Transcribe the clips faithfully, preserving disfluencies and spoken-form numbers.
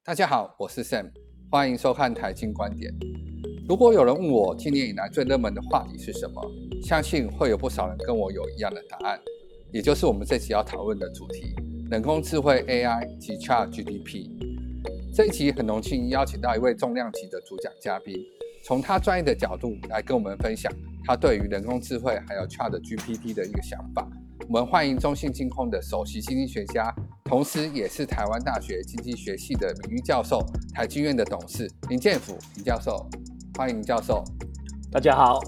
大家好，我是 Sam， 欢迎收看财经观点。如果有人问我今年以来最热门的话题是什么，相信会有不少人跟我有一样的答案，也就是我们这期要讨论的主题——人工智慧 A I 及 ChatGPT。这一集很荣幸邀请到一位重量级的主讲嘉宾，从他专业的角度来跟我们分享他对于人工智慧还有 ChatGPT 的一个想法。我们欢迎中信金控的首席经济学家，同时也是台湾大学经济学系的名誉教授、台经院的董事林建甫林教授。欢迎林教授。 大家好。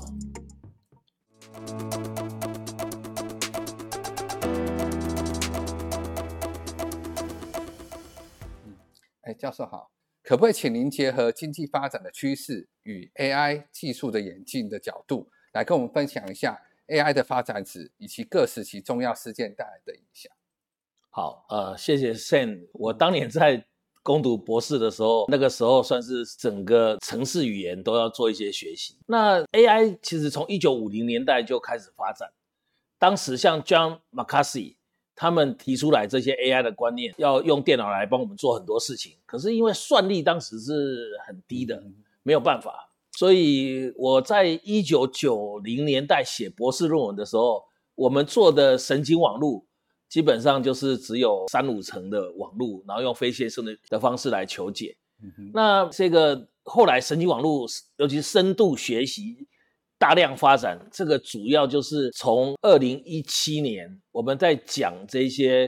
哎，教授好，可不可以请您结合经济发展的趋势与 A I 技术的演进的角度，来跟我们分享一下 A I 的发展史以及各时期重要事件带来的影响？ 好，呃，谢谢 Sam。我当年在攻读博士的时候，那个时候算是整个程式语言都要做一些学习。那 A I 其实从一九五零年代就开始发展，当时像 John McCarthy 他们提出来这些 A I 的观念，要用电脑来帮我们做很多事情，可是因为算力当时是很低的，没有办法。所以我在一九九零年代写博士论文的时候，我们做的神经网络基本上就是只有三五层的网络，然后用非线性的的方式来求解。嗯、那这个后来神经网络，尤其是深度学习大量发展，这个主要就是从二零一七年我们在讲这些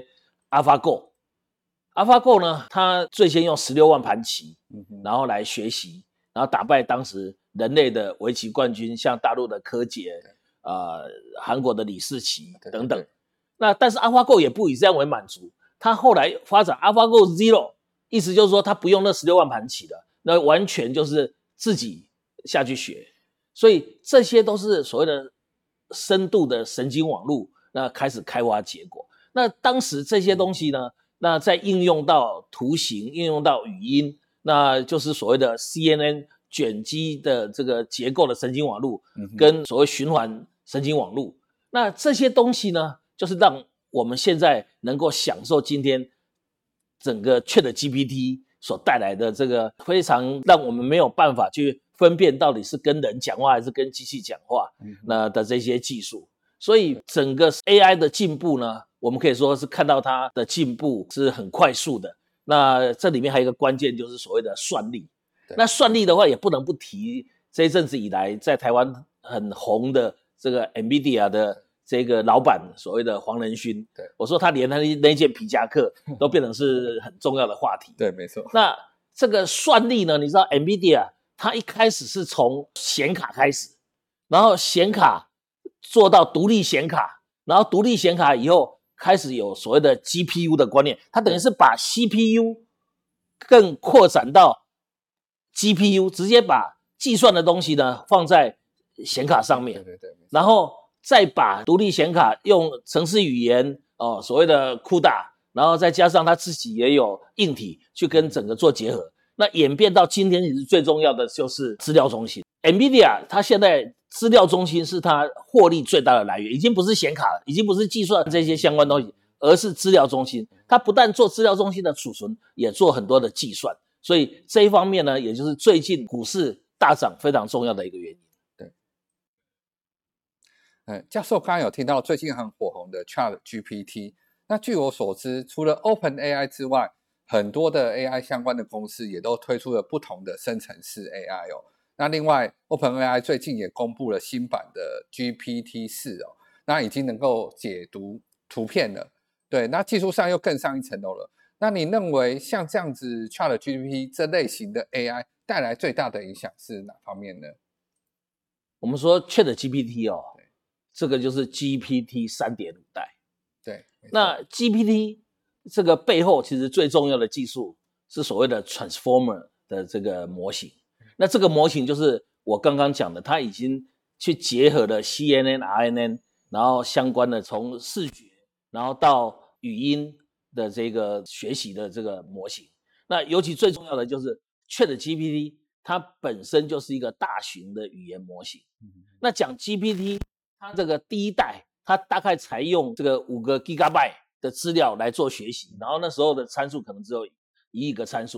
AlphaGo。AlphaGo 呢，它最先用十六万盘棋，然后来学习。然后打败当时人类的围棋冠军，像大陆的柯洁、呃，韩国的李世奇等等。那但是 AlphaGo 也不以这样为满足，他后来发展 AlphaGo Zero， 意思就是说他不用那十六万盘棋了，那完全就是自己下去学。所以这些都是所谓的深度的神经网络，那开始开花结果。那当时这些东西呢，那再应用到图形，应用到语音。那就是所谓的 C N N 卷积的这个结构的神经网络，跟所谓循环神经网络。那这些东西呢，就是让我们现在能够享受今天整个 ChatGPT 所带来的这个非常让我们没有办法去分辨到底是跟人讲话还是跟机器讲话那的这些技术。所以整个 A I 的进步呢，我们可以说是看到它的进步是很快速的。那这里面还有一个关键，就是所谓的算力。那算力的话，也不能不提这一阵子以来在台湾很红的这个 NVIDIA 的这个老板，所谓的黄仁勋。对，我说他连他那件皮夹克都变成是很重要的话题。 对，没错。 那这个算力呢，你知道 NVIDIA 它一开始是从显卡开始，然后显卡做到独立显卡，然后独立显卡以后开始有所谓的 G P U 的观念，它等于是把 C P U 更扩展到 G P U， 直接把计算的东西呢放在显卡上面，对对对，然后再把独立显卡用程式语言哦，所谓的 C U D A， 然后再加上它自己也有硬体去跟整个做结合，那演变到今天其实最重要的就是资料中心。NVIDIA 它现在资料中心是它获利最大的来源，已经不是显卡了，已经不是计算这些相关东西，而是资料中心。它不但做资料中心的储存，也做很多的计算。所以这一方面呢，也就是最近股市大涨非常重要的一个原因。 对，嗯，教授刚刚有听到最近很火红的 ChatGPT， 那据我所知，除了 OpenAI 之外，很多的 A I 相关的公司也都推出了不同的生成式 A I 哦。那另外 OpenAI 最近也公布了新版的 G P T 四 哦，那已经能够解读图片了，对，那技术上又更上一层楼了。那你认为像这样子 ChatGPT 这类型的 A I 带来最大的影响是哪方面呢？ 我们说 ChatGPT 哦，这个就是 G P T 三点五 代。 对， 那 G P T 这个背后其实最重要的技术是所谓的 Transformer 的这个模型。那这个模型就是我刚刚讲的，它已经去结合了 C N N、R N N， 然后相关的从视觉，然后到语音的这个学习的这个模型。那尤其最重要的就是 ChatGPT， 它本身就是一个大型的语言模型。那讲 G P T， 它这个第一代，它大概才用这个五个 Gigabyte 的资料来做学习，然后那时候的参数可能只有一亿个参数。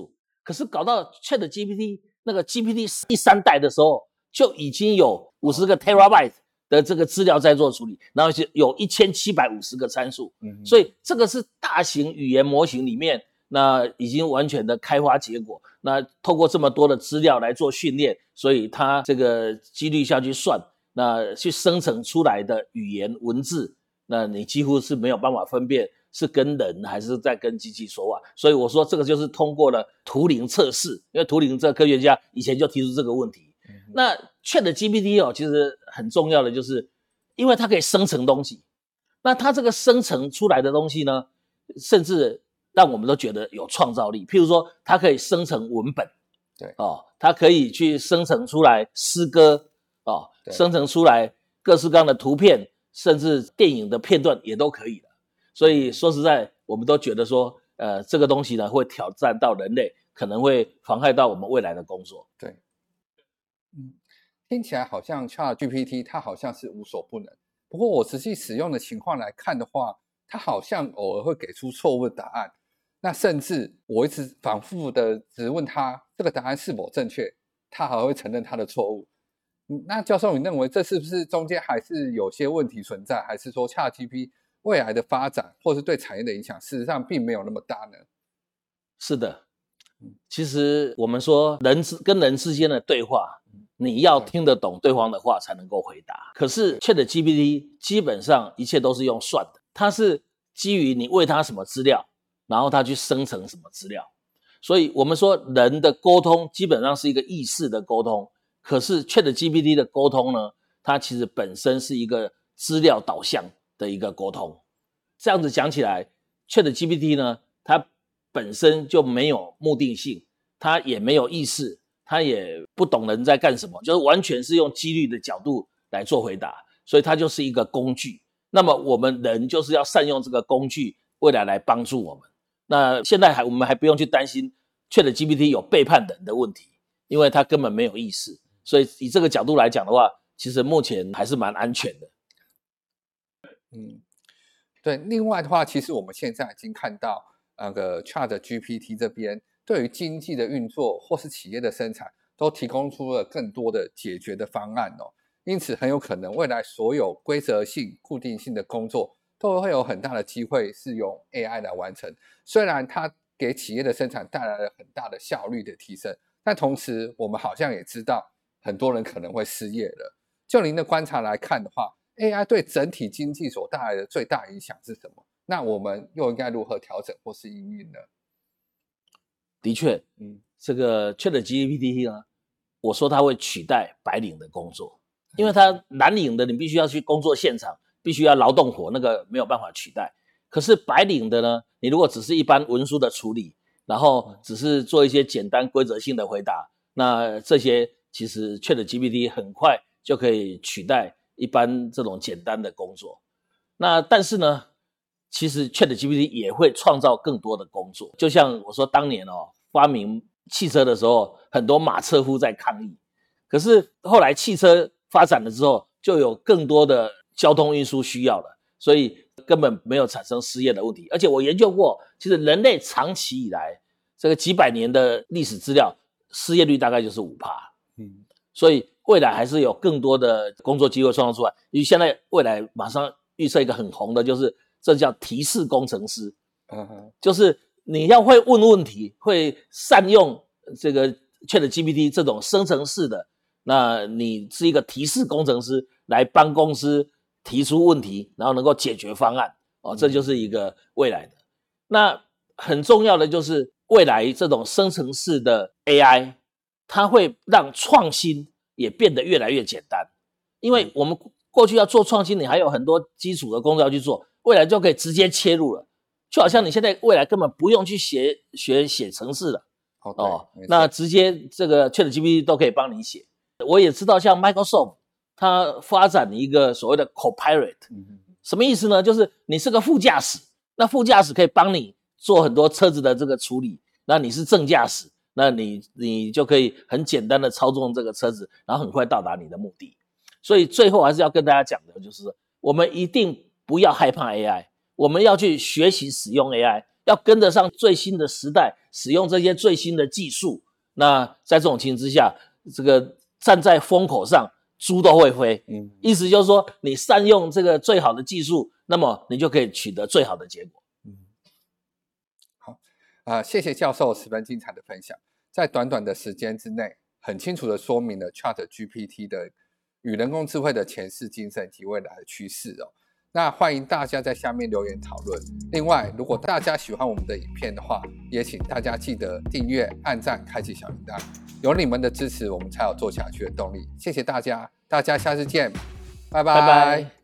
可是搞到 ChatGPT 那个 G P T 第三代的时候，就已经有五十个 terabyte 的这个资料在做处理，然后有一千七百五十个参数，嗯，所以这个是大型语言模型里面那已经完全的开花结果。那透过这么多的资料来做训练，所以它这个几率下去算，那去生成出来的语言文字，那你几乎是没有办法分辨是跟人还是在跟机器说话。所以我说这个就是通过了图灵测试，因为图灵这个科学家以前就提出这个问题。嗯、那 ChatGPT 哦，其实很重要的就是，因为它可以生成东西，那它这个生成出来的东西呢，甚至让我们都觉得有创造力。譬如说，它可以生成文本， 对哦，它可以去生成出来诗歌，哦，生成出来各式各样的图片，甚至电影的片段也都可以了。所以说实在，我们都觉得说，呃，这个东西呢会挑战到人类，可能会妨害到我们未来的工作。 对，嗯，听起来好像 ChatGPT 它好像是无所不能，不过我实际使用的情况来看的话，它好像偶尔会给出错误的答案。那甚至我一直反复的质问他这个答案是否正确，他还会承认他的错误。那教授，你认为这是不是中间还是有些问题存在，还是说 ChatGPT 未来的发展或是对产业的影响事实上并没有那么大呢？ 是的，其实我们说人跟人之间的对话，你要听得懂对方的话才能够回答。可是 ChatGPT 基本上一切都是用算的，它是基于你喂它什么资料，然后它去生成什么资料。所以我们说人的沟通基本上是一个意识的沟通，可是 ChatGPT 的沟通呢，它其实本身是一个资料导向的一个沟通。这样子讲起来 ChatGPT 呢，它本身就没有目的性，它也没有意识，它也不懂人在干什么，就是完全是用几率的角度来做回答，所以它就是一个工具。那么我们人就是要善用这个工具，未来来帮助我们。那现在还我们还不用去担心 ChatGPT 有背叛人的问题，因为它根本没有意识，所以以这个角度来讲的话，其实目前还是蛮安全的。 嗯，对。另外的话，其实我们现在已经看到那个 ChatGPT 这边对于经济的运作或是企业的生产，都提供出了更多的解决的方案哦。因此，很有可能未来所有规则性、固定性的工作，都会有很大的机会是用 A I 来完成。虽然它给企业的生产带来了很大的效率的提升，但同时我们好像也知道很多人可能会失业了。就您的观察来看的话， A I 对整体经济所带来的最大影响是什么？那我们又应该如何调整或是因应呢？ 的确，嗯，这个 ChatGPT 呢，我说它会取代白领的工作，因为它蓝领的你必须要去工作现场，必须要劳动活，那个没有办法取代。可是白领的呢，你如果只是一般文书的处理，然后只是做一些简单规则性的回答，那这些其实 ChatGPT 很快就可以取代一般这种简单的工作。那但是呢，其实 ChatGPT 也会创造更多的工作。就像我说当年哦，发明汽车的时候，很多马车夫在抗议，可是后来汽车发展了之后，就有更多的交通运输需要了，所以根本没有产生失业的问题。而且我研究过，其实人类长期以来这个几百年的历史资料，失业率大概就是 百分之五。 嗯，所以未来还是有更多的工作机会创造出来。因为现在未来马上预测一个很红的，就是这叫提示工程师。嗯，就是你要会问问题，会善用这个 ChatGPT 这种生成式的，那你是一个提示工程师，来帮公司提出问题，然后能够解决方案。哦，这就是一个未来的。那很重要的就是未来这种生成式的 A I， 它会让创新也变得越来越简单。因为我们过去要做创新，你还有很多基础的工作要去做，未来就可以直接切入了。就好像你现在未来根本不用去学学写程式了。哦，哦那直接这个 ChatGPT 都可以帮你写。我也知道像 Microsoft 它发展一个所谓的 Copilot。嗯，什么意思呢？就是你是个副驾驶，那副驾驶可以帮你做很多车子的这个处理，那你是正驾驶，那你你就可以很简单的操纵这个车子，然后很快到达你的目的。所以最后还是要跟大家讲的就是，我们一定不要害怕 A I， 我们要去学习使用 A I， 要跟得上最新的时代，使用这些最新的技术。那在这种情形之下，这个站在风口上，猪都会飞。嗯，意思就是说，你善用这个最好的技术，那么你就可以取得最好的结果。 嗯，好啊、呃，谢谢教授十分精彩的分享，在短短的时间之内，很清楚的说明了 ChatGPT 的与人工智慧的前世今生及未来的趋势哦。那欢迎大家在下面留言讨论。另外，如果大家喜欢我们的影片的话，也请大家记得订阅、按赞、开启小铃铛。有你们的支持，我们才有做下去的动力。谢谢大家，大家下次见，拜拜。 拜拜。